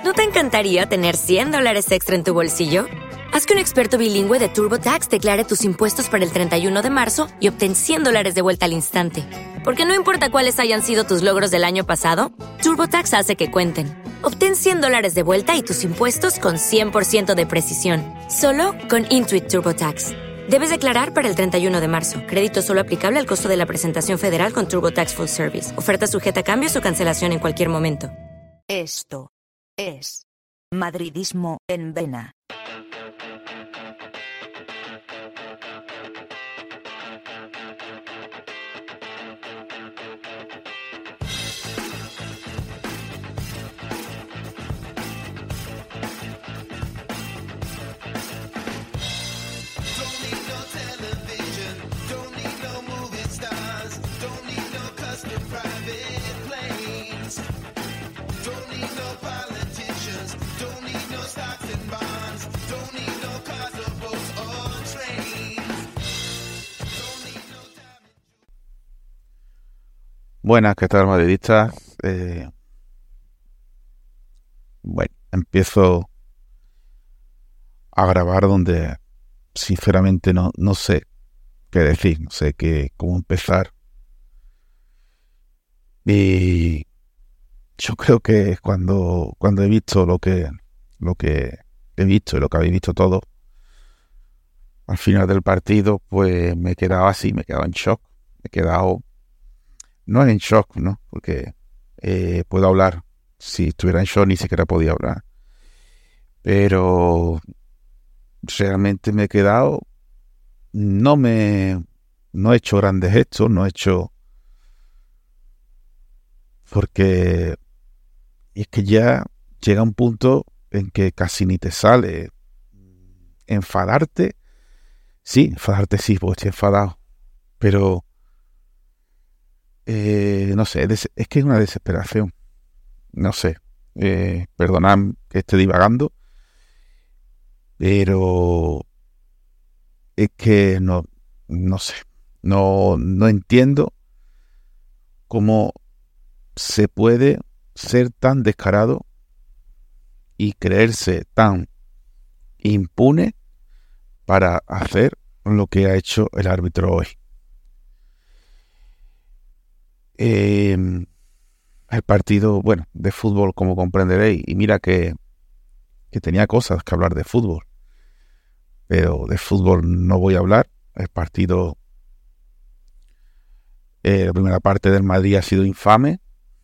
¿No te encantaría tener $100 extra en tu bolsillo? Haz que un experto bilingüe de TurboTax declare tus impuestos para el 31 de marzo y obtén $100 de vuelta al instante. Porque no importa cuáles hayan sido tus logros del año pasado, TurboTax hace que cuenten. Obtén $100 de vuelta y tus impuestos con 100% de precisión. Solo con Intuit TurboTax. Debes declarar para el 31 de marzo. Crédito solo aplicable al costo de la presentación federal con TurboTax Full Service. Oferta sujeta a cambios o cancelación en cualquier momento. Esto es Madridismo en Vena. Buenas, ¿qué tal, madridistas? Empiezo a grabar donde sinceramente no sé qué decir, no sé cómo empezar. Y yo creo que cuando he visto lo que he visto y lo que habéis visto todos, al final del partido, pues me he quedado así, me he quedado en shock, no en shock, ¿no? Porque puedo hablar. Si estuviera en shock ni siquiera podía hablar. Pero realmente me he quedado. No he hecho grandes gestos, no he hecho. Porque es que ya llega un punto en que casi ni te sale enfadarte. Sí, enfadarte sí, porque estoy enfadado. Pero no sé, es que es una desesperación. No sé, perdonad que esté divagando, pero es que no sé, no entiendo cómo se puede ser tan descarado y creerse tan impune para hacer lo que ha hecho el árbitro hoy. El partido, de fútbol, como comprenderéis, y mira que tenía cosas que hablar de fútbol, pero de fútbol no voy a hablar. El partido, la primera parte del Madrid ha sido infame,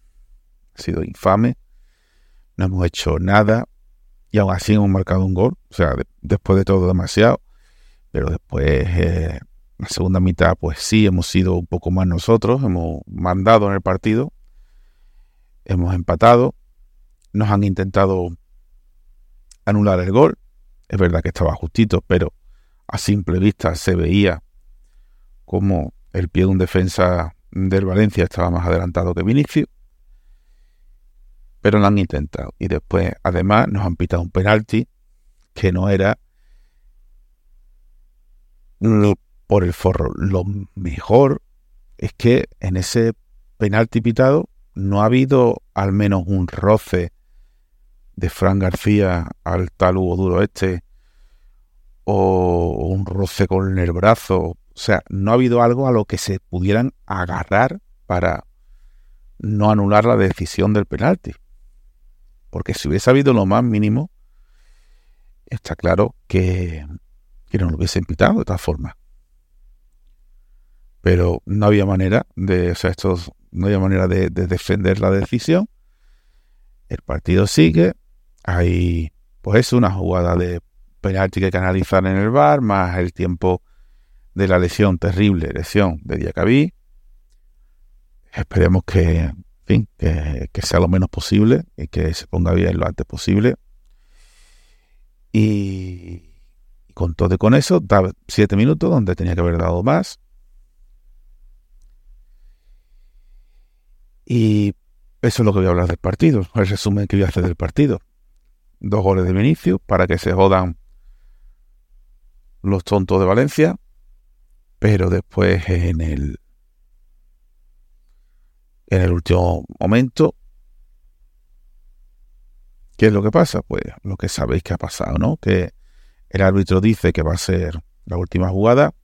no hemos hecho nada y aún así hemos marcado un gol, o sea, después de todo demasiado, pero después la segunda mitad pues sí hemos sido un poco más nosotros, hemos mandado en el partido, hemos empatado, nos han intentado anular el gol, es verdad que estaba justito, pero a simple vista se veía como el pie de un defensa del Valencia estaba más adelantado que Vinicius, pero lo han intentado. Y después, además, nos han pitado un penalti que no era por el forro. Lo mejor es que en ese penalti pitado no ha habido al menos un roce de Fran García al tal Hugo Duro o un roce con el brazo. O sea, no ha habido algo a lo que se pudieran agarrar para no anular la decisión del penalti. Porque si hubiese habido lo más mínimo, está claro que no lo hubiesen pitado de todas formas. Pero no había manera de defender la decisión. El partido sigue. Hay, pues, una jugada de penalti que hay que analizar en el VAR, más el tiempo de la terrible lesión de Diacabí. Esperemos que sea lo menos posible y que se ponga bien lo antes posible. Y con todo y con eso, da 7 minutos donde tenía que haber dado más. Y eso es lo que voy a hablar del partido, el resumen que voy a hacer del partido. 2 goles de Vinicius para que se jodan los tontos de Valencia, pero después en el último momento, ¿Qué es lo que pasa? Pues lo que sabéis que ha pasado, ¿no? Que el árbitro dice que va a ser la última jugada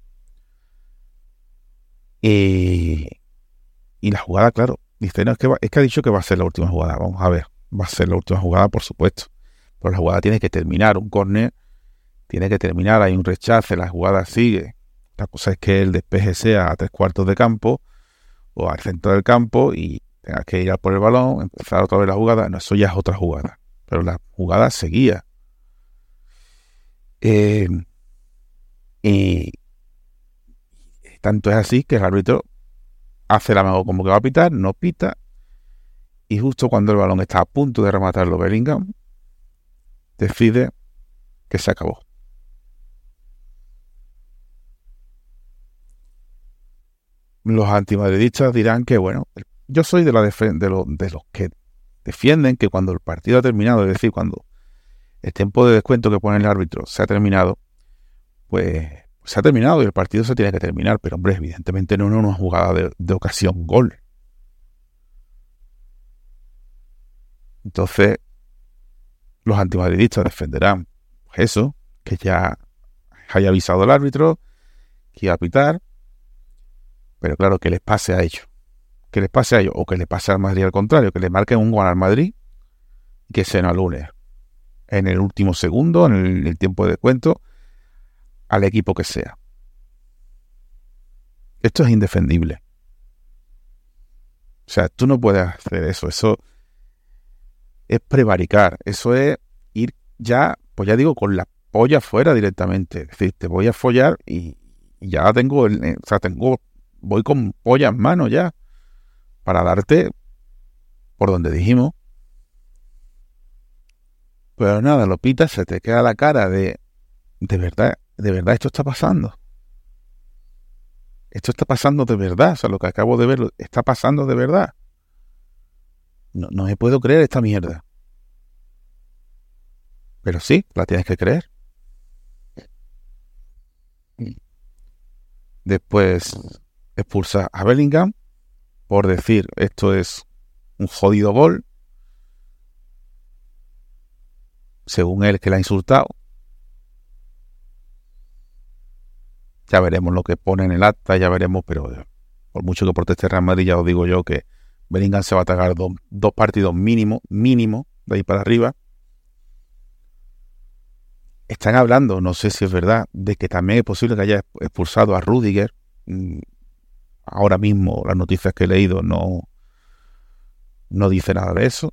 y la jugada, claro, dice, no, es que ha dicho que va a ser la última jugada. Vamos a ver, va a ser la última jugada, por supuesto. Pero la jugada tiene que terminar, un córner tiene que terminar, hay un rechace, la jugada sigue. La cosa es que el despeje sea a 3/4 de campo o al centro del campo y tengas que ir a por el balón, empezar otra vez la jugada. No, eso ya es otra jugada. Pero la jugada seguía. Y tanto es así que el árbitro hace la mano como que va a pitar, no pita, y justo cuando el balón está a punto de rematarlo Bellingham, decide que se acabó. Los antimadridistas dirán que, bueno, yo soy de los que defienden que cuando el partido ha terminado, es decir, cuando el tiempo de descuento que pone el árbitro se ha terminado, pues se ha terminado y el partido se tiene que terminar. Pero, hombre, evidentemente no es una jugada de ocasión gol. Entonces, los antimadridistas defenderán pues eso, que ya haya avisado el árbitro, que iba a pitar, pero claro, que les pase a ellos. Que les pase a ellos, o que le pase al Madrid al contrario, que le marquen un gol al Madrid y que se anule en el último segundo, en el tiempo de descuento, al equipo que sea. Esto es indefendible. O sea, tú no puedes hacer eso. Eso es prevaricar. Eso es ir ya, pues ya digo, con la polla fuera directamente. Es decir, te voy a follar y ya tengo, voy con polla en mano ya para darte por donde dijimos. Pero nada, lo pitas, se te queda la cara de verdad esto está pasando. Esto está pasando de verdad. O sea, lo que acabo de ver está pasando de verdad. No me puedo creer esta mierda. Pero sí, la tienes que creer. Después expulsa a Bellingham por decir esto es un jodido gol. Según él, que le ha insultado. Ya veremos lo que pone en el acta, ya veremos, pero por mucho que proteste Real Madrid, ya os digo yo que Bellingham se va a atacar dos partidos mínimo, de ahí para arriba. Están hablando, no sé si es verdad, de que también es posible que haya expulsado a Rüdiger. Ahora mismo las noticias que he leído no dice nada de eso.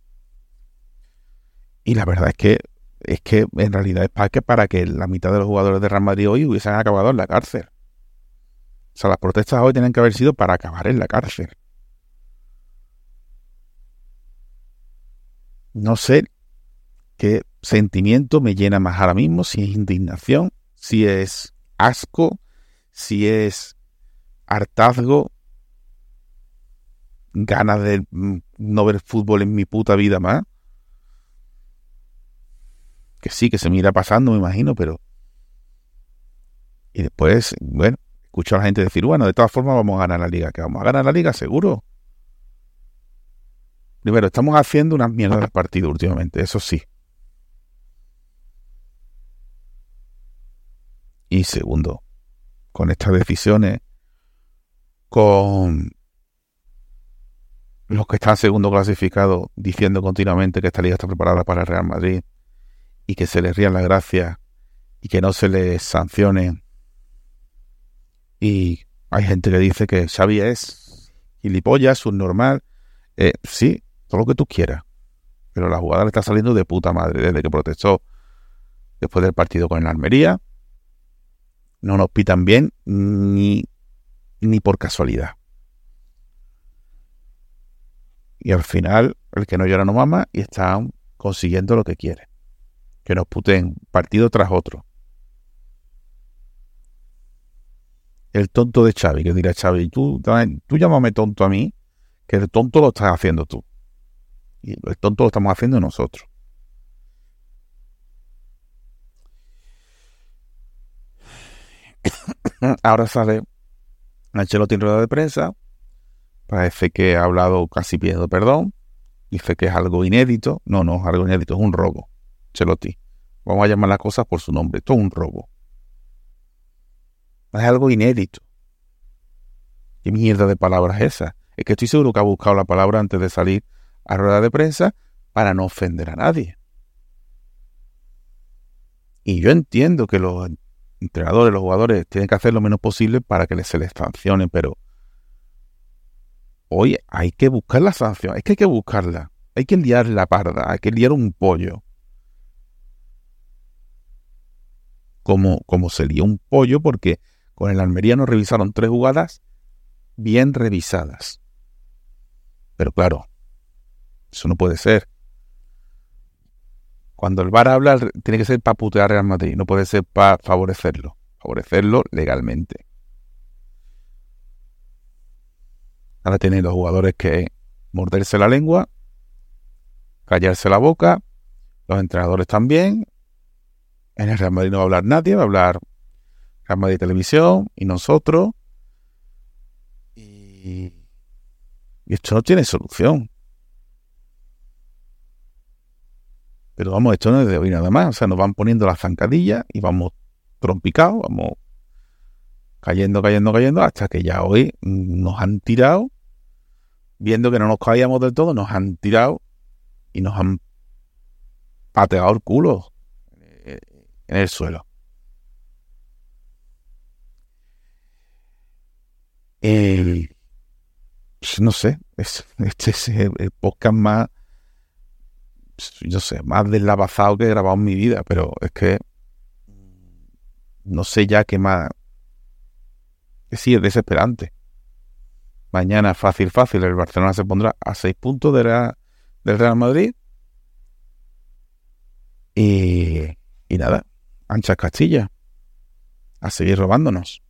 Y la verdad es que en realidad es para que la mitad de los jugadores de Real Madrid hoy hubiesen acabado en la cárcel. O sea, las protestas hoy tienen que haber sido para acabar en la cárcel. No sé qué sentimiento me llena más ahora mismo, si es indignación, si es asco, si es hartazgo, ganas de no ver fútbol en mi puta vida más. Que sí, que se me irá pasando, me imagino, pero... Y después, bueno, escucho a la gente decir, bueno, de todas formas vamos a ganar la liga. ¿Que vamos a ganar la liga? Seguro. Primero, estamos haciendo unas mierdas de partido últimamente, eso sí. Y segundo, con estas decisiones, con los que están segundo clasificados diciendo continuamente que esta liga está preparada para el Real Madrid y que se les rían las gracias y que no se les sancione. Y hay gente que dice que Xavi es gilipollas, subnormal. Sí, todo lo que tú quieras. Pero la jugada le está saliendo de puta madre desde que protestó después del partido con el Almería. No nos pitan bien ni por casualidad. Y al final, el que no llora no mama y están consiguiendo lo que quiere. Que nos puten partido tras otro. El tonto de Xavi, que dirá Xavi, tú llámame tonto a mí, que el tonto lo estás haciendo tú. Y el tonto lo estamos haciendo nosotros. Ahora sale Ancelotti en rueda de prensa. Parece que ha hablado casi pidiendo perdón. Dice que es algo inédito. No es algo inédito, es un robo. Ancelotti. Vamos a llamar las cosas por su nombre. Esto es un robo. Es algo inédito. ¿Qué mierda de palabra es esa? Es que estoy seguro que ha buscado la palabra antes de salir a rueda de prensa para no ofender a nadie. Y yo entiendo que los entrenadores, los jugadores tienen que hacer lo menos posible para que se les sancione, pero hoy hay que buscar la sanción. Es que hay que buscarla. Hay que liar la parda. Hay que liar un pollo. Como se lió un pollo, porque con el Almería nos revisaron 3 jugadas bien revisadas. Pero claro, eso no puede ser. Cuando el VAR habla, tiene que ser para putear al Real Madrid, no puede ser para favorecerlo legalmente. Ahora tienen los jugadores que morderse la lengua, callarse la boca, los entrenadores también. En el Real Madrid no va a hablar nadie, va a hablar Real Madrid Televisión y nosotros. Y esto no tiene solución. Pero vamos, esto no es de hoy nada más. O sea, nos van poniendo las zancadillas y vamos trompicados, vamos cayendo, hasta que ya hoy nos han tirado, viendo que no nos caíamos del todo, nos han tirado y nos han pateado el culo en el suelo. No sé, este es el podcast más, yo sé, más deslavazado que he grabado en mi vida, pero es que no sé ya qué más. Sí, es desesperante. Mañana fácil, el Barcelona se pondrá a 6 puntos del Real Madrid y nada, anchas Castilla, a seguir robándonos.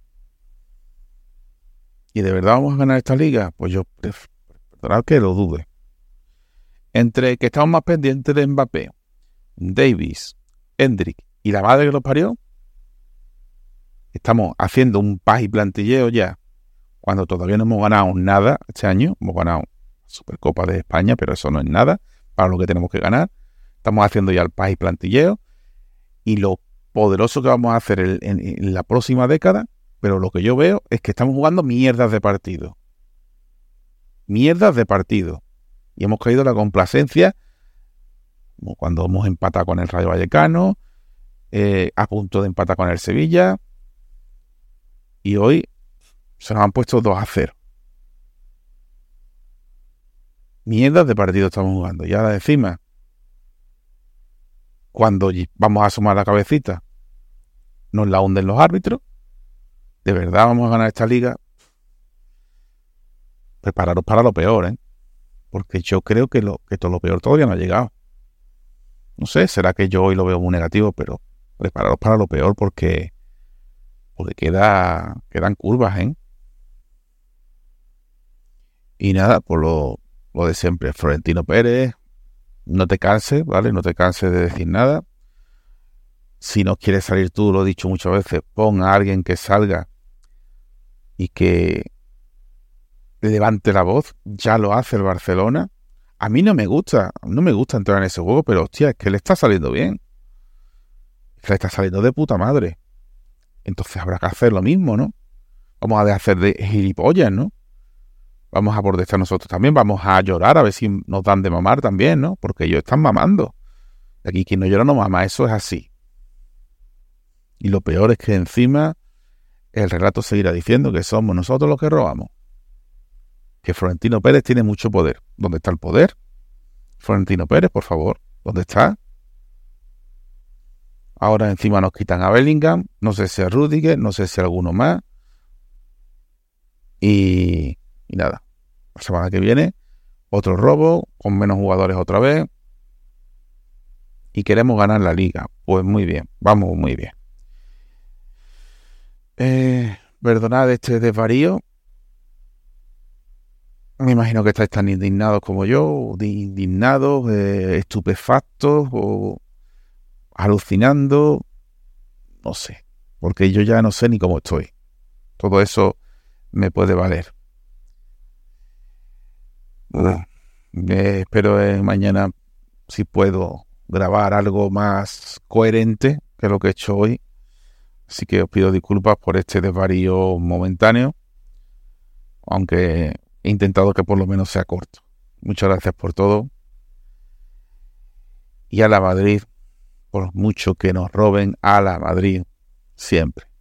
¿Y de verdad vamos a ganar esta liga? Pues yo perdonad que lo dude. Entre que estamos más pendientes de Mbappé, Davis, Endrick y la madre que los parió, estamos haciendo un paz y plantilleo ya, cuando todavía no hemos ganado nada este año. Hemos ganado Supercopa de España, pero eso no es nada para lo que tenemos que ganar. Estamos haciendo ya el paz y plantilleo y lo poderoso que vamos a hacer en la próxima década, pero lo que yo veo es que estamos jugando mierdas de partido. Y hemos caído en la complacencia, como cuando hemos empatado con el Rayo Vallecano, a punto de empatar con el Sevilla, y hoy se nos han puesto 2-0. Mierdas de partido estamos jugando. Y ahora encima, cuando vamos a asomar la cabecita, nos la hunden los árbitros. ¿De verdad vamos a ganar esta liga? Prepararos para lo peor, ¿eh? Porque yo creo que todo lo peor todavía no ha llegado. No sé, será que yo hoy lo veo muy negativo, pero prepararos para lo peor porque quedan curvas, ¿eh? Y nada, por lo de siempre, Florentino Pérez, no te canses, ¿vale? No te canses de decir nada. Si no quieres salir tú, lo he dicho muchas veces, pon a alguien que salga y que levante la voz. Ya lo hace el Barcelona. A mí no me gusta entrar en ese juego, pero hostia, es que le está saliendo bien. Es que le está saliendo de puta madre. Entonces habrá que hacer lo mismo, ¿no? Vamos a dejar de gilipollas, ¿no? Vamos a protestar nosotros también, vamos a llorar a ver si nos dan de mamar también, ¿no? Porque ellos están mamando. Aquí quien no llora no mama, eso es así. Y lo peor es que encima el relato seguirá diciendo que somos nosotros los que robamos. Que Florentino Pérez tiene mucho poder. ¿Dónde está el poder? Florentino Pérez, por favor, ¿dónde está? Ahora encima nos quitan a Bellingham, no sé si a Rüdiger, no sé si a alguno más. Y nada, la semana que viene otro robo, con menos jugadores otra vez. Y queremos ganar la liga. Pues muy bien, vamos muy bien. Perdonad este desvarío. Me imagino que estáis tan indignados como yo, indignados, estupefactos o alucinando, no sé, porque yo ya no sé ni cómo estoy. Todo eso me puede valer. Espero mañana si puedo grabar algo más coherente que lo que he hecho hoy. Así que os pido disculpas por este desvarío momentáneo, aunque he intentado que por lo menos sea corto. Muchas gracias por todo. Y a la Madrid, por mucho que nos roben, a la Madrid siempre.